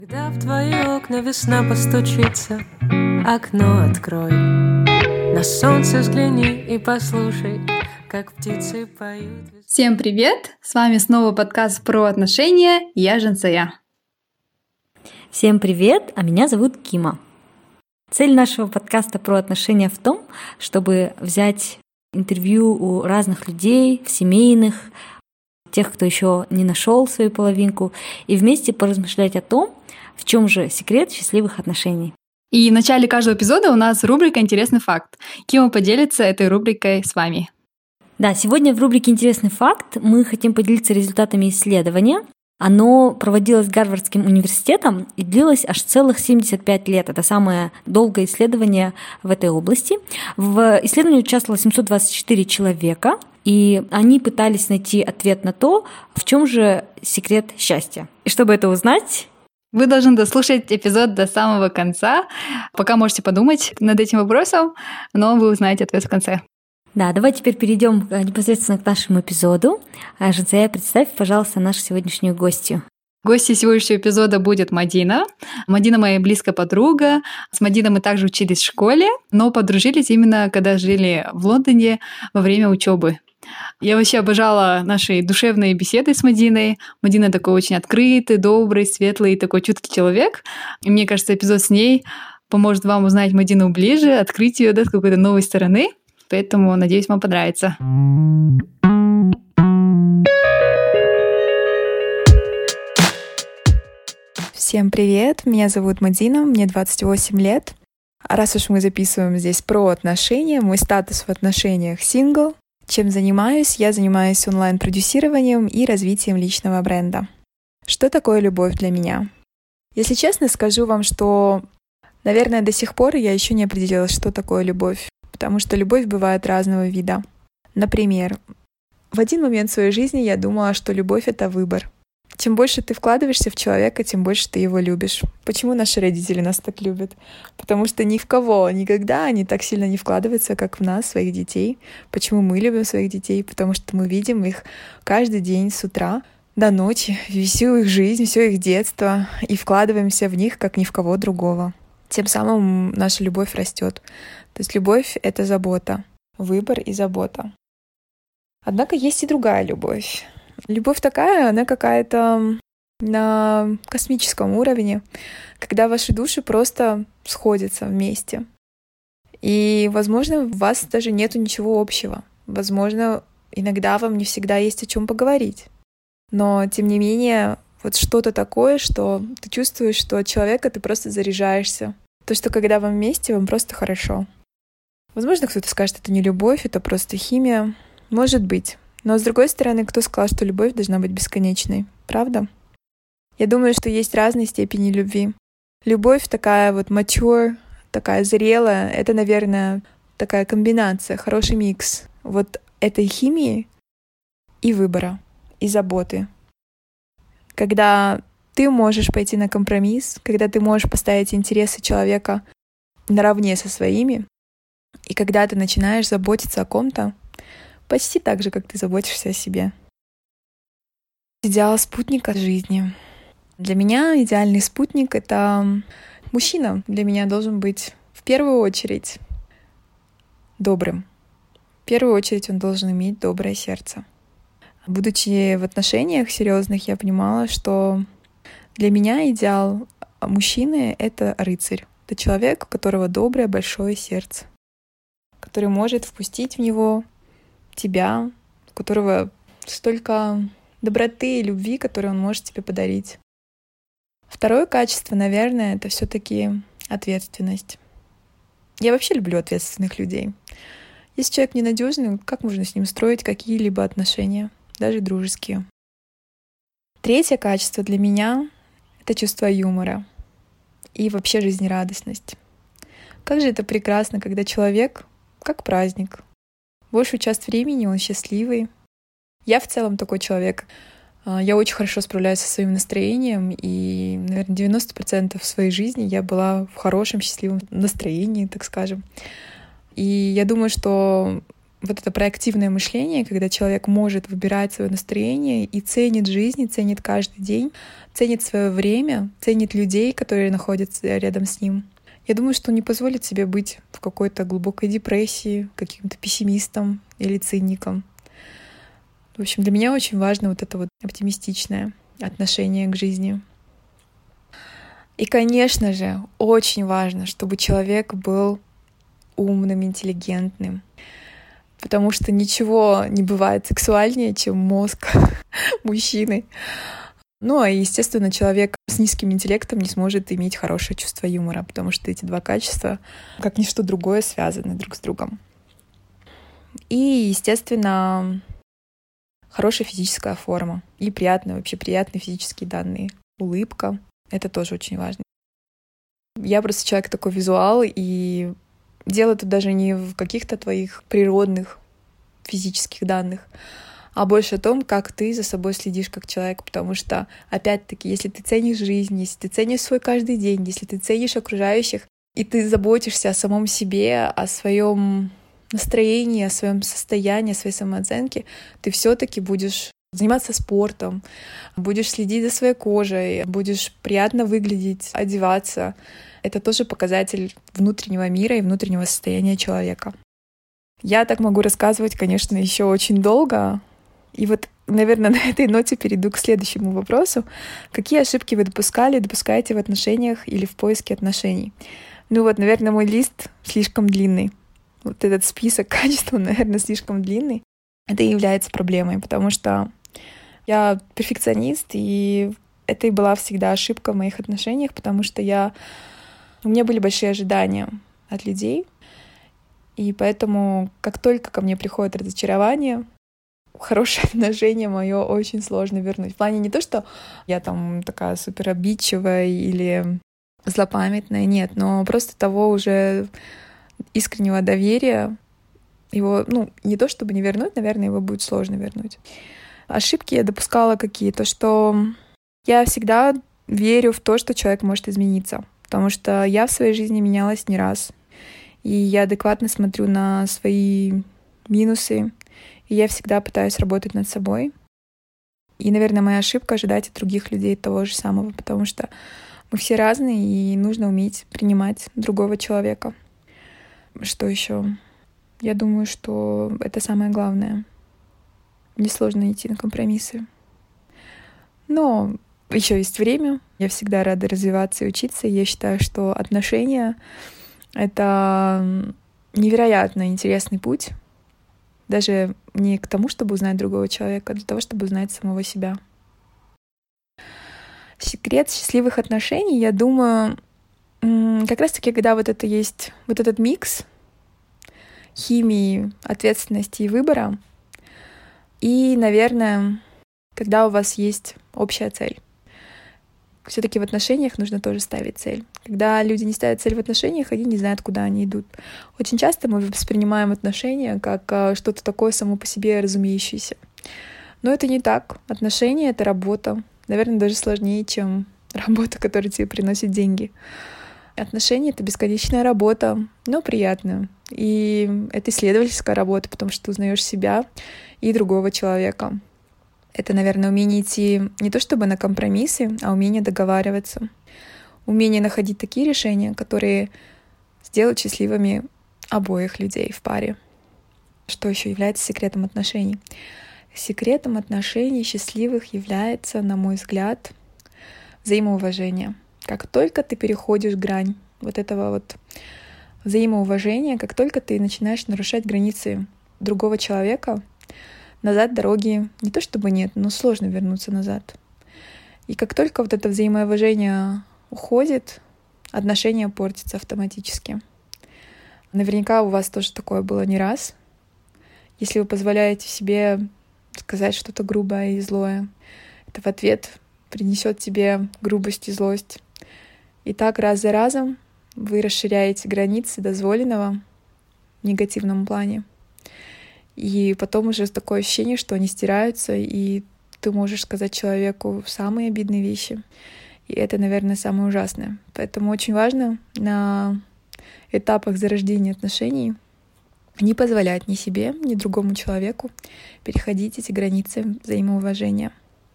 Когда в твои окна весна постучится, окно открой, на солнце взгляни и послушай, как птицы поют. Всем привет! С вами снова подкаст про отношения. Я Жансая. Всем привет, а меня зовут Кима. Цель нашего подкаста про отношения в том, чтобы взять интервью у разных людей, семейных, тех, кто еще не нашел свою половинку, и вместе поразмышлять о том, в чем же секрет счастливых отношений. И в начале каждого эпизода у нас рубрика «Интересный факт». Кима поделится этой рубрикой с вами. Да, сегодня в рубрике «Интересный факт» мы хотим поделиться результатами исследования. Оно проводилось Гарвардским университетом и длилось аж целых 75 лет. Это самое долгое исследование в этой области. В исследовании участвовало 724 человека, и они пытались найти ответ на то, в чем же секрет счастья. И чтобы это узнать, вы должны дослушать эпизод до самого конца. Пока можете подумать над этим вопросом, но вы узнаете ответ в конце. Да, давай теперь перейдем непосредственно к нашему эпизоду. Жансая, представь, пожалуйста, нашу сегодняшнюю гостью. Гостьей сегодняшнего эпизода будет Мадина. Мадина моя близкая подруга. С Мадиной мы также учились в школе, но подружились именно когда жили в Лондоне во время учебы. Я вообще обожала наши душевные беседы с Мадиной. Мадина такой очень открытый, добрый, светлый, такой чуткий человек. И мне кажется, эпизод с ней поможет вам узнать Мадину ближе, открыть ее с какой-то новой стороны. Поэтому, надеюсь, вам понравится. Всем привет, меня зовут Мадина, мне 28 лет. Раз уж мы записываем здесь про отношения, мой статус в отношениях сингл. Чем занимаюсь? Я занимаюсь онлайн-продюсированием и развитием личного бренда. Что такое любовь для меня? Если честно, скажу вам, что, наверное, до сих пор я еще не определилась, что такое любовь, потому что любовь бывает разного вида. Например, в один момент в своей жизни я думала, что любовь — это выбор. Чем больше ты вкладываешься в человека, тем больше ты его любишь. Почему наши родители нас так любят? Потому что ни в кого, никогда они так сильно не вкладываются, как в нас, своих детей. Почему мы любим своих детей? Потому что мы видим их каждый день с утра до ночи, всю их жизнь, все их детство, и вкладываемся в них, как ни в кого другого. Тем самым наша любовь растет. То есть любовь — это забота, выбор и забота. Однако есть и другая любовь. Любовь такая, она какая-то на космическом уровне, когда ваши души просто сходятся вместе. И, возможно, у вас даже нету ничего общего. Возможно, иногда вам не всегда есть о чем поговорить. Но, тем не менее, вот что-то такое, что ты чувствуешь, что от человека ты просто заряжаешься. То, что когда вам вместе, вам просто хорошо. Возможно, кто-то скажет, это не любовь, это просто химия. Может быть. Но, с другой стороны, кто сказал, что любовь должна быть бесконечной? Правда? Я думаю, что есть разные степени любви. Любовь такая вот mature, такая зрелая, это, наверное, такая комбинация, хороший микс вот этой химии и выбора, и заботы. Когда ты можешь пойти на компромисс, когда ты можешь поставить интересы человека наравне со своими, и когда ты начинаешь заботиться о ком-то, почти так же, как ты заботишься о себе. Идеал спутника жизни. Для меня идеальный спутник — это мужчина. Для меня должен быть в первую очередь добрым. В первую очередь он должен иметь доброе сердце. Будучи в отношениях серьезных, я понимала, что для меня идеал мужчины — это рыцарь. Это человек, у которого доброе большое сердце, который может впустить в него тебя, у которого столько доброты и любви, которые он может тебе подарить. Второе качество, наверное, это все-таки ответственность. Я вообще люблю ответственных людей. Если человек ненадежный, как можно с ним строить какие-либо отношения, даже дружеские? Третье качество для меня — это чувство юмора и вообще жизнерадостность. Как же это прекрасно, когда человек как праздник. Большую часть времени он счастливый. Я в целом такой человек. Я очень хорошо справляюсь со своим настроением, и, наверное, 90% своей жизни я была в хорошем, счастливом настроении, так скажем. И я думаю, что вот это проактивное мышление, когда человек может выбирать свое настроение и ценит жизнь, и ценит каждый день, ценит свое время, ценит людей, которые находятся рядом с ним. Я думаю, что он не позволит себе быть в какой-то глубокой депрессии, каким-то пессимистом или циником. В общем, для меня очень важно вот это вот оптимистичное отношение к жизни. И, конечно же, очень важно, чтобы человек был умным, интеллигентным, потому что ничего не бывает сексуальнее, чем мозг мужчины. Ну, а, естественно, человек с низким интеллектом не сможет иметь хорошее чувство юмора, потому что эти два качества, как ничто другое, связаны друг с другом. И, естественно, хорошая физическая форма и приятные физические данные. Улыбка — это тоже очень важно. Я просто человек такой визуал, и дело тут даже не в каких-то твоих природных физических данных, а больше о том, как ты за собой следишь как человек, потому что, опять-таки, если ты ценишь жизнь, если ты ценишь свой каждый день, если ты ценишь окружающих, и ты заботишься о самом себе, о своем настроении, о своем состоянии, о своей самооценке, ты все-таки будешь заниматься спортом, будешь следить за своей кожей, будешь приятно выглядеть, одеваться. Это тоже показатель внутреннего мира и внутреннего состояния человека. Я так могу рассказывать, конечно, еще очень долго. И вот, наверное, на этой ноте перейду к следующему вопросу. Какие ошибки вы допускаете в отношениях или в поиске отношений? Ну вот, наверное, мой лист слишком длинный. Вот этот список качеств, наверное, слишком длинный. Это и является проблемой, потому что я перфекционист, и это и была всегда ошибка в моих отношениях, потому что у меня были большие ожидания от людей, и поэтому, как только ко мне приходит разочарование, хорошее отношение мое очень сложно вернуть. В плане не то, что я там такая супер обидчивая или злопамятная, нет, но просто того уже искреннего доверия, его, не то чтобы не вернуть, наверное, его будет сложно вернуть. Ошибки я допускала какие? То, что я всегда верю в то, что человек может измениться, потому что я в своей жизни менялась не раз, и я адекватно смотрю на свои минусы, и я всегда пытаюсь работать над собой. И, наверное, моя ошибка — ожидать от других людей того же самого, потому что мы все разные, и нужно уметь принимать другого человека. Что еще? Я думаю, что это самое главное. Несложно идти на компромиссы. Но еще есть время. Я всегда рада развиваться и учиться. И я считаю, что отношения — это невероятно интересный путь. Даже не к тому, чтобы узнать другого человека, а для того, чтобы узнать самого себя. Секрет счастливых отношений, я думаю, как раз-таки, когда вот это есть, вот этот микс химии, ответственности и выбора, и, наверное, когда у вас есть общая цель. Все-таки в отношениях нужно тоже ставить цель. Когда люди не ставят цель в отношениях, они не знают, куда они идут. Очень часто мы воспринимаем отношения как что-то такое само по себе разумеющееся. Но это не так. Отношения — это работа. Наверное, даже сложнее, чем работа, которая тебе приносит деньги. Отношения — это бесконечная работа, но приятная. И это исследовательская работа, потому что ты узнаешь себя и другого человека. Это, наверное, умение идти не то чтобы на компромиссы, а умение договариваться. Умение находить такие решения, которые сделают счастливыми обоих людей в паре. Что еще является секретом отношений? Секретом отношений счастливых является, на мой взгляд, взаимоуважение. Как только ты переходишь грань вот этого вот взаимоуважения, как только ты начинаешь нарушать границы другого человека, назад дороги не то чтобы нет, но сложно вернуться назад. И как только вот это взаимоуважение уходит, отношения портятся автоматически. Наверняка у вас тоже такое было не раз. Если вы позволяете себе сказать что-то грубое и злое, это в ответ принесет тебе грубость и злость. И так раз за разом вы расширяете границы дозволенного в негативном плане. И потом уже такое ощущение, что они стираются, и ты можешь сказать человеку самые обидные вещи. И это, наверное, самое ужасное. Поэтому очень важно на этапах зарождения отношений не позволять ни себе, ни другому человеку переходить эти границы взаимоуважения.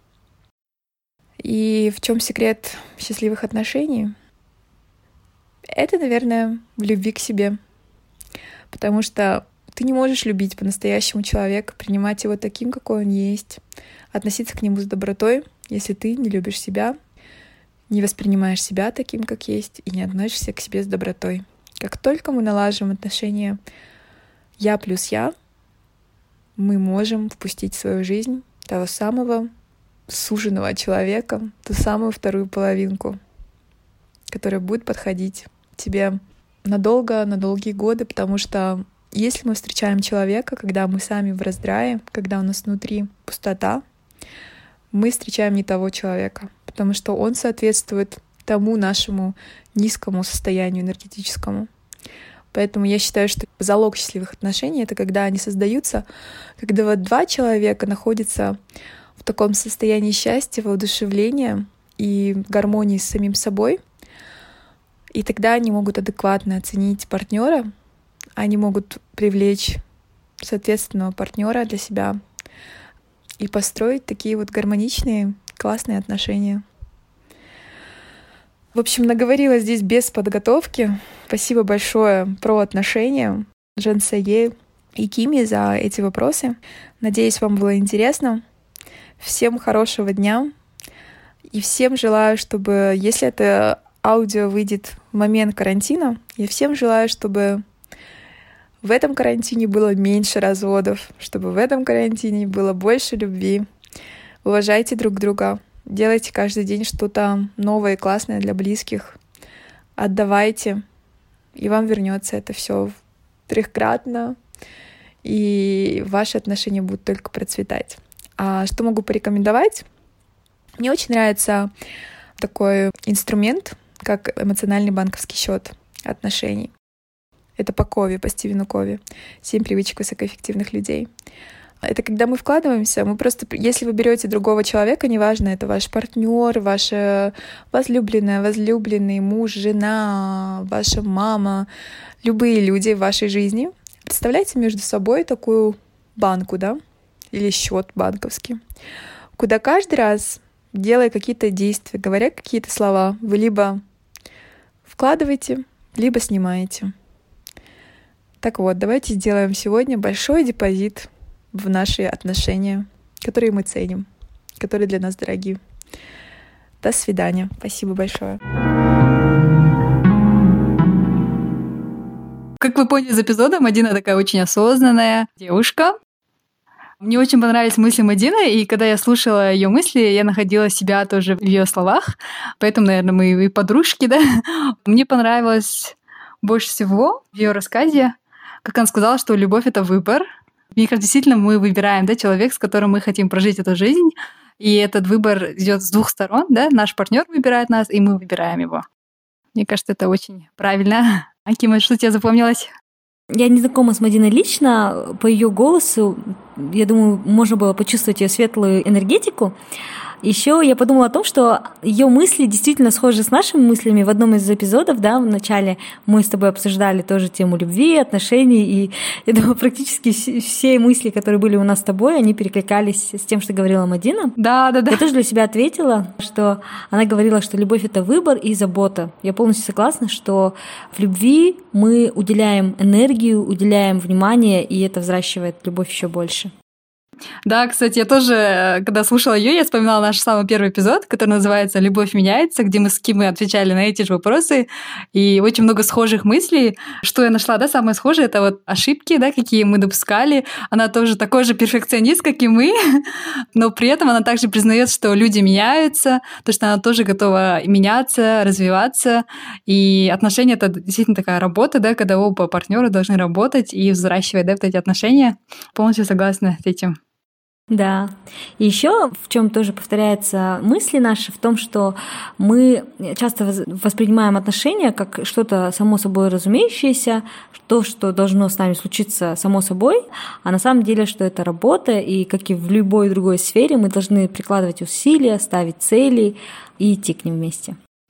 И в чем секрет счастливых отношений? Это, наверное, в любви к себе. Потому что ты не можешь любить по-настоящему человека, принимать его таким, какой он есть, относиться к нему с добротой, если ты не любишь себя, не воспринимаешь себя таким, как есть, и не относишься к себе с добротой. Как только мы налаживаем отношения «я плюс я», мы можем впустить в свою жизнь того самого суженого человека, ту самую вторую половинку, которая будет подходить тебе надолго, на долгие годы, потому что если мы встречаем человека, когда мы сами в раздрае, когда у нас внутри пустота, мы встречаем не того человека, потому что он соответствует тому нашему низкому состоянию энергетическому. Поэтому я считаю, что залог счастливых отношений — это когда они создаются, когда вот два человека находятся в таком состоянии счастья, воодушевления и гармонии с самим собой, и тогда они могут адекватно оценить партнера, они могут привлечь соответственного партнера для себя и построить такие вот гармоничные, классные отношения. В общем, наговорила здесь без подготовки. Спасибо большое про отношения Женсае и Кими за эти вопросы. Надеюсь, вам было интересно. Всем хорошего дня. И всем желаю, чтобы, если это аудио выйдет в момент карантина, я всем желаю, чтобы в этом карантине было меньше разводов, чтобы в этом карантине было больше любви. Уважайте друг друга. Делайте каждый день что-то новое и классное для близких. Отдавайте, и вам вернется это все трехкратно, и ваши отношения будут только процветать. А что могу порекомендовать? Мне очень нравится такой инструмент, как эмоциональный банковский счет отношений. Это по Кови, по Стивену Кови. 7 привычек высокоэффективных людей. Это когда мы вкладываемся, мы просто, если вы берете другого человека, неважно, это ваш партнер, ваша возлюбленная, возлюбленный, муж, жена, ваша мама, любые люди в вашей жизни, представляете между собой такую банку, да, или счет банковский, куда каждый раз, делая какие-то действия, говоря какие-то слова, вы либо вкладываете, либо снимаете. Так вот, давайте сделаем сегодня большой депозит в наши отношения, которые мы ценим, которые для нас дороги. До свидания. Спасибо большое. Как вы поняли из эпизода, Мадина такая очень осознанная девушка. Мне очень понравились мысли Мадины, и когда я слушала ее мысли, я находила себя тоже в ее словах. Поэтому, наверное, мы и подружки, да. Мне понравилось больше всего в ее рассказе, как она сказала, что любовь — это выбор. Мне кажется, действительно, мы выбираем, да, человека, с которым мы хотим прожить эту жизнь, и этот выбор идет с двух сторон, да, наш партнер выбирает нас, и мы выбираем его. Мне кажется, это очень правильно. Акима, что тебе запомнилось? Я не знакома с Мадиной лично, по ее голосу, я думаю, можно было почувствовать ее светлую энергетику. Еще я подумала о том, что ее мысли действительно схожи с нашими мыслями. В одном из эпизодов, да, в начале мы с тобой обсуждали тоже тему любви, отношений, и я думаю, практически все мысли, которые были у нас с тобой, они перекликались с тем, что говорила Мадина. Да. Я тоже для себя ответила, что она говорила, что любовь — это выбор и забота. Я полностью согласна, что в любви мы уделяем энергию, уделяем внимание, и это взращивает любовь еще больше. Да, кстати, я тоже, когда слушала ее, я вспоминала наш самый первый эпизод, который называется «Любовь меняется», где мы с Кимой отвечали на эти же вопросы, и очень много схожих мыслей. Что я нашла, да, самое схожее — это вот ошибки, да, какие мы допускали. Она тоже такой же перфекционист, как и мы, но при этом она также признает, что люди меняются, то, что она тоже готова меняться, развиваться, и отношения — это действительно такая работа, да, когда оба партнера должны работать и взращивать, да, вот эти отношения. Полностью согласна с этим. Да. И еще в чем тоже повторяются мысли наши, в том, что мы часто воспринимаем отношения как что-то само собой разумеющееся, то, что должно с нами случиться само собой, а на самом деле, что это работа, и как и в любой другой сфере, мы должны прикладывать усилия, ставить цели и идти к ним вместе.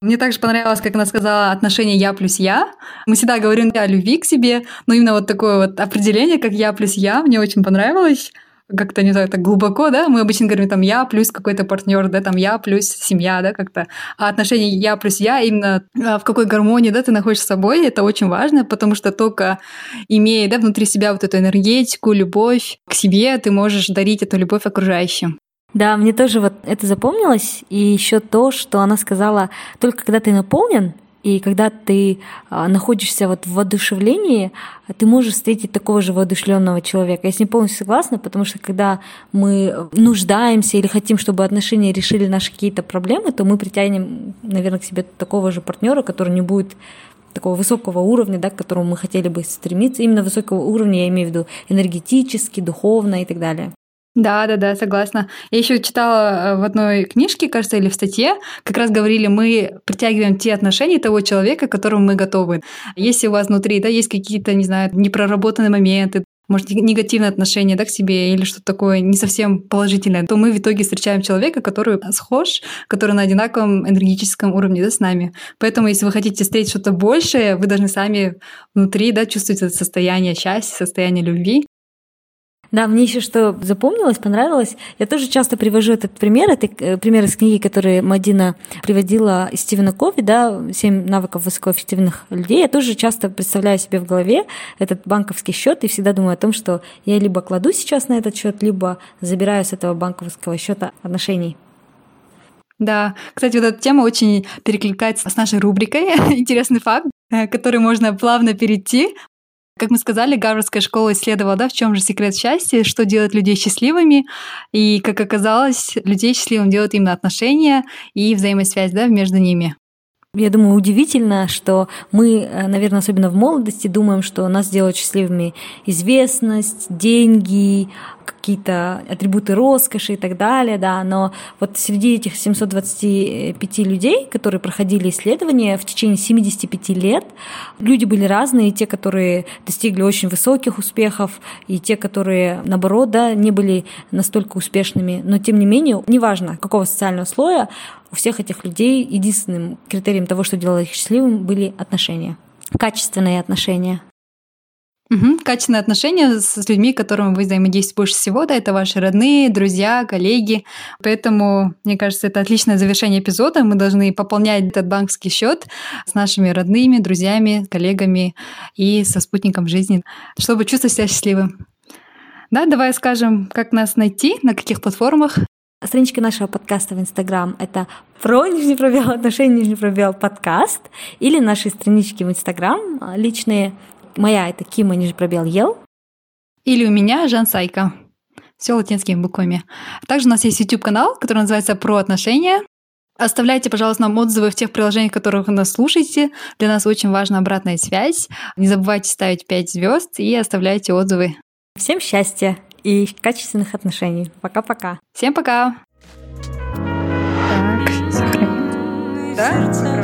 Мне также понравилось, как она сказала, отношение «я плюс я». Мы всегда говорим о любви к себе, но именно вот такое вот определение, как «я плюс я», мне очень понравилось. Как-то, не знаю, так глубоко, да? Мы обычно говорим там «я плюс какой-то партнер», да, там «я плюс семья», да, как-то. А отношение «я плюс я» именно в какой гармонии, да, ты находишься с собой, это очень важно, потому что только имея, да, внутри себя вот эту энергетику, любовь к себе, ты можешь дарить эту любовь окружающим. Да, мне тоже вот это запомнилось, и еще то, что она сказала, только когда ты наполнен, и когда ты находишься вот в воодушевлении, ты можешь встретить такого же воодушевленного человека. Я с ней полностью согласна, потому что когда мы нуждаемся или хотим, чтобы отношения решили наши какие-то проблемы, то мы притянем, наверное, к себе такого же партнера, который не будет такого высокого уровня, да, к которому мы хотели бы стремиться. Именно высокого уровня я имею в виду энергетически, духовно и так далее. Да, согласна. Я еще читала в одной книжке, кажется, или в статье, как раз говорили, мы притягиваем те отношения того человека, к которому мы готовы. Если у вас внутри, да, есть какие-то, не знаю, непроработанные моменты, может, негативное отношение, да, к себе или что-то такое не совсем положительное, то мы в итоге встречаем человека, который схож, который на одинаковом энергетическом уровне, да, с нами. Поэтому, если вы хотите встретить что-то большее, вы должны сами внутри, да, чувствовать это состояние счастья, состояние любви. Да, мне еще что запомнилось, понравилось. Я тоже часто привожу этот пример. Это пример из книги, который Мадина приводила из Стивена Кови, да, «7 навыков высокоэффективных людей». Я тоже часто представляю себе в голове этот банковский счет и всегда думаю о том, что я либо кладу сейчас на этот счет, либо забираю с этого банковского счета отношений. Да, кстати, вот эта тема очень перекликается с нашей рубрикой «Интересный факт», который можно плавно перейти. Как мы сказали, Гарвардская школа исследовала, да, в чем же секрет счастья, что делает людей счастливыми. И, как оказалось, людей счастливым делают именно отношения и взаимосвязь, да, между ними. Я думаю, удивительно, что мы, наверное, особенно в молодости, думаем, что нас делают счастливыми известность, деньги, какие-то атрибуты роскоши и так далее, да, но вот среди этих 725 людей, которые проходили исследования в течение 75 лет, люди были разные, те, которые достигли очень высоких успехов, и те, которые, наоборот, да, не были настолько успешными, но тем не менее, неважно, какого социального слоя, у всех этих людей единственным критерием того, что делало их счастливым, были отношения, качественные отношения. Качественные отношения с людьми, с которыми вы взаимодействуете больше всего, да, это ваши родные, друзья, коллеги. Поэтому, мне кажется, это отличное завершение эпизода. Мы должны пополнять этот банковский счет с нашими родными, друзьями, коллегами и со спутником жизни, чтобы чувствовать себя счастливым. Да, давай скажем, как нас найти, на каких платформах. Страничка нашего подкаста в Инстаграм — это _отношения_ подкаст, или наши странички в Инстаграм личные. Моя — это Кима_ел. Или у меня Жан Сайка. Все латинскими буквами. Также у нас есть YouTube-канал, который называется «Про отношения». Оставляйте, пожалуйста, нам отзывы в тех приложениях, в которых вы нас слушаете. Для нас очень важна обратная связь. Не забывайте ставить 5 звезд и оставляйте отзывы. Всем счастья и качественных отношений. Пока-пока. Всем пока. Так, сохранить. Да?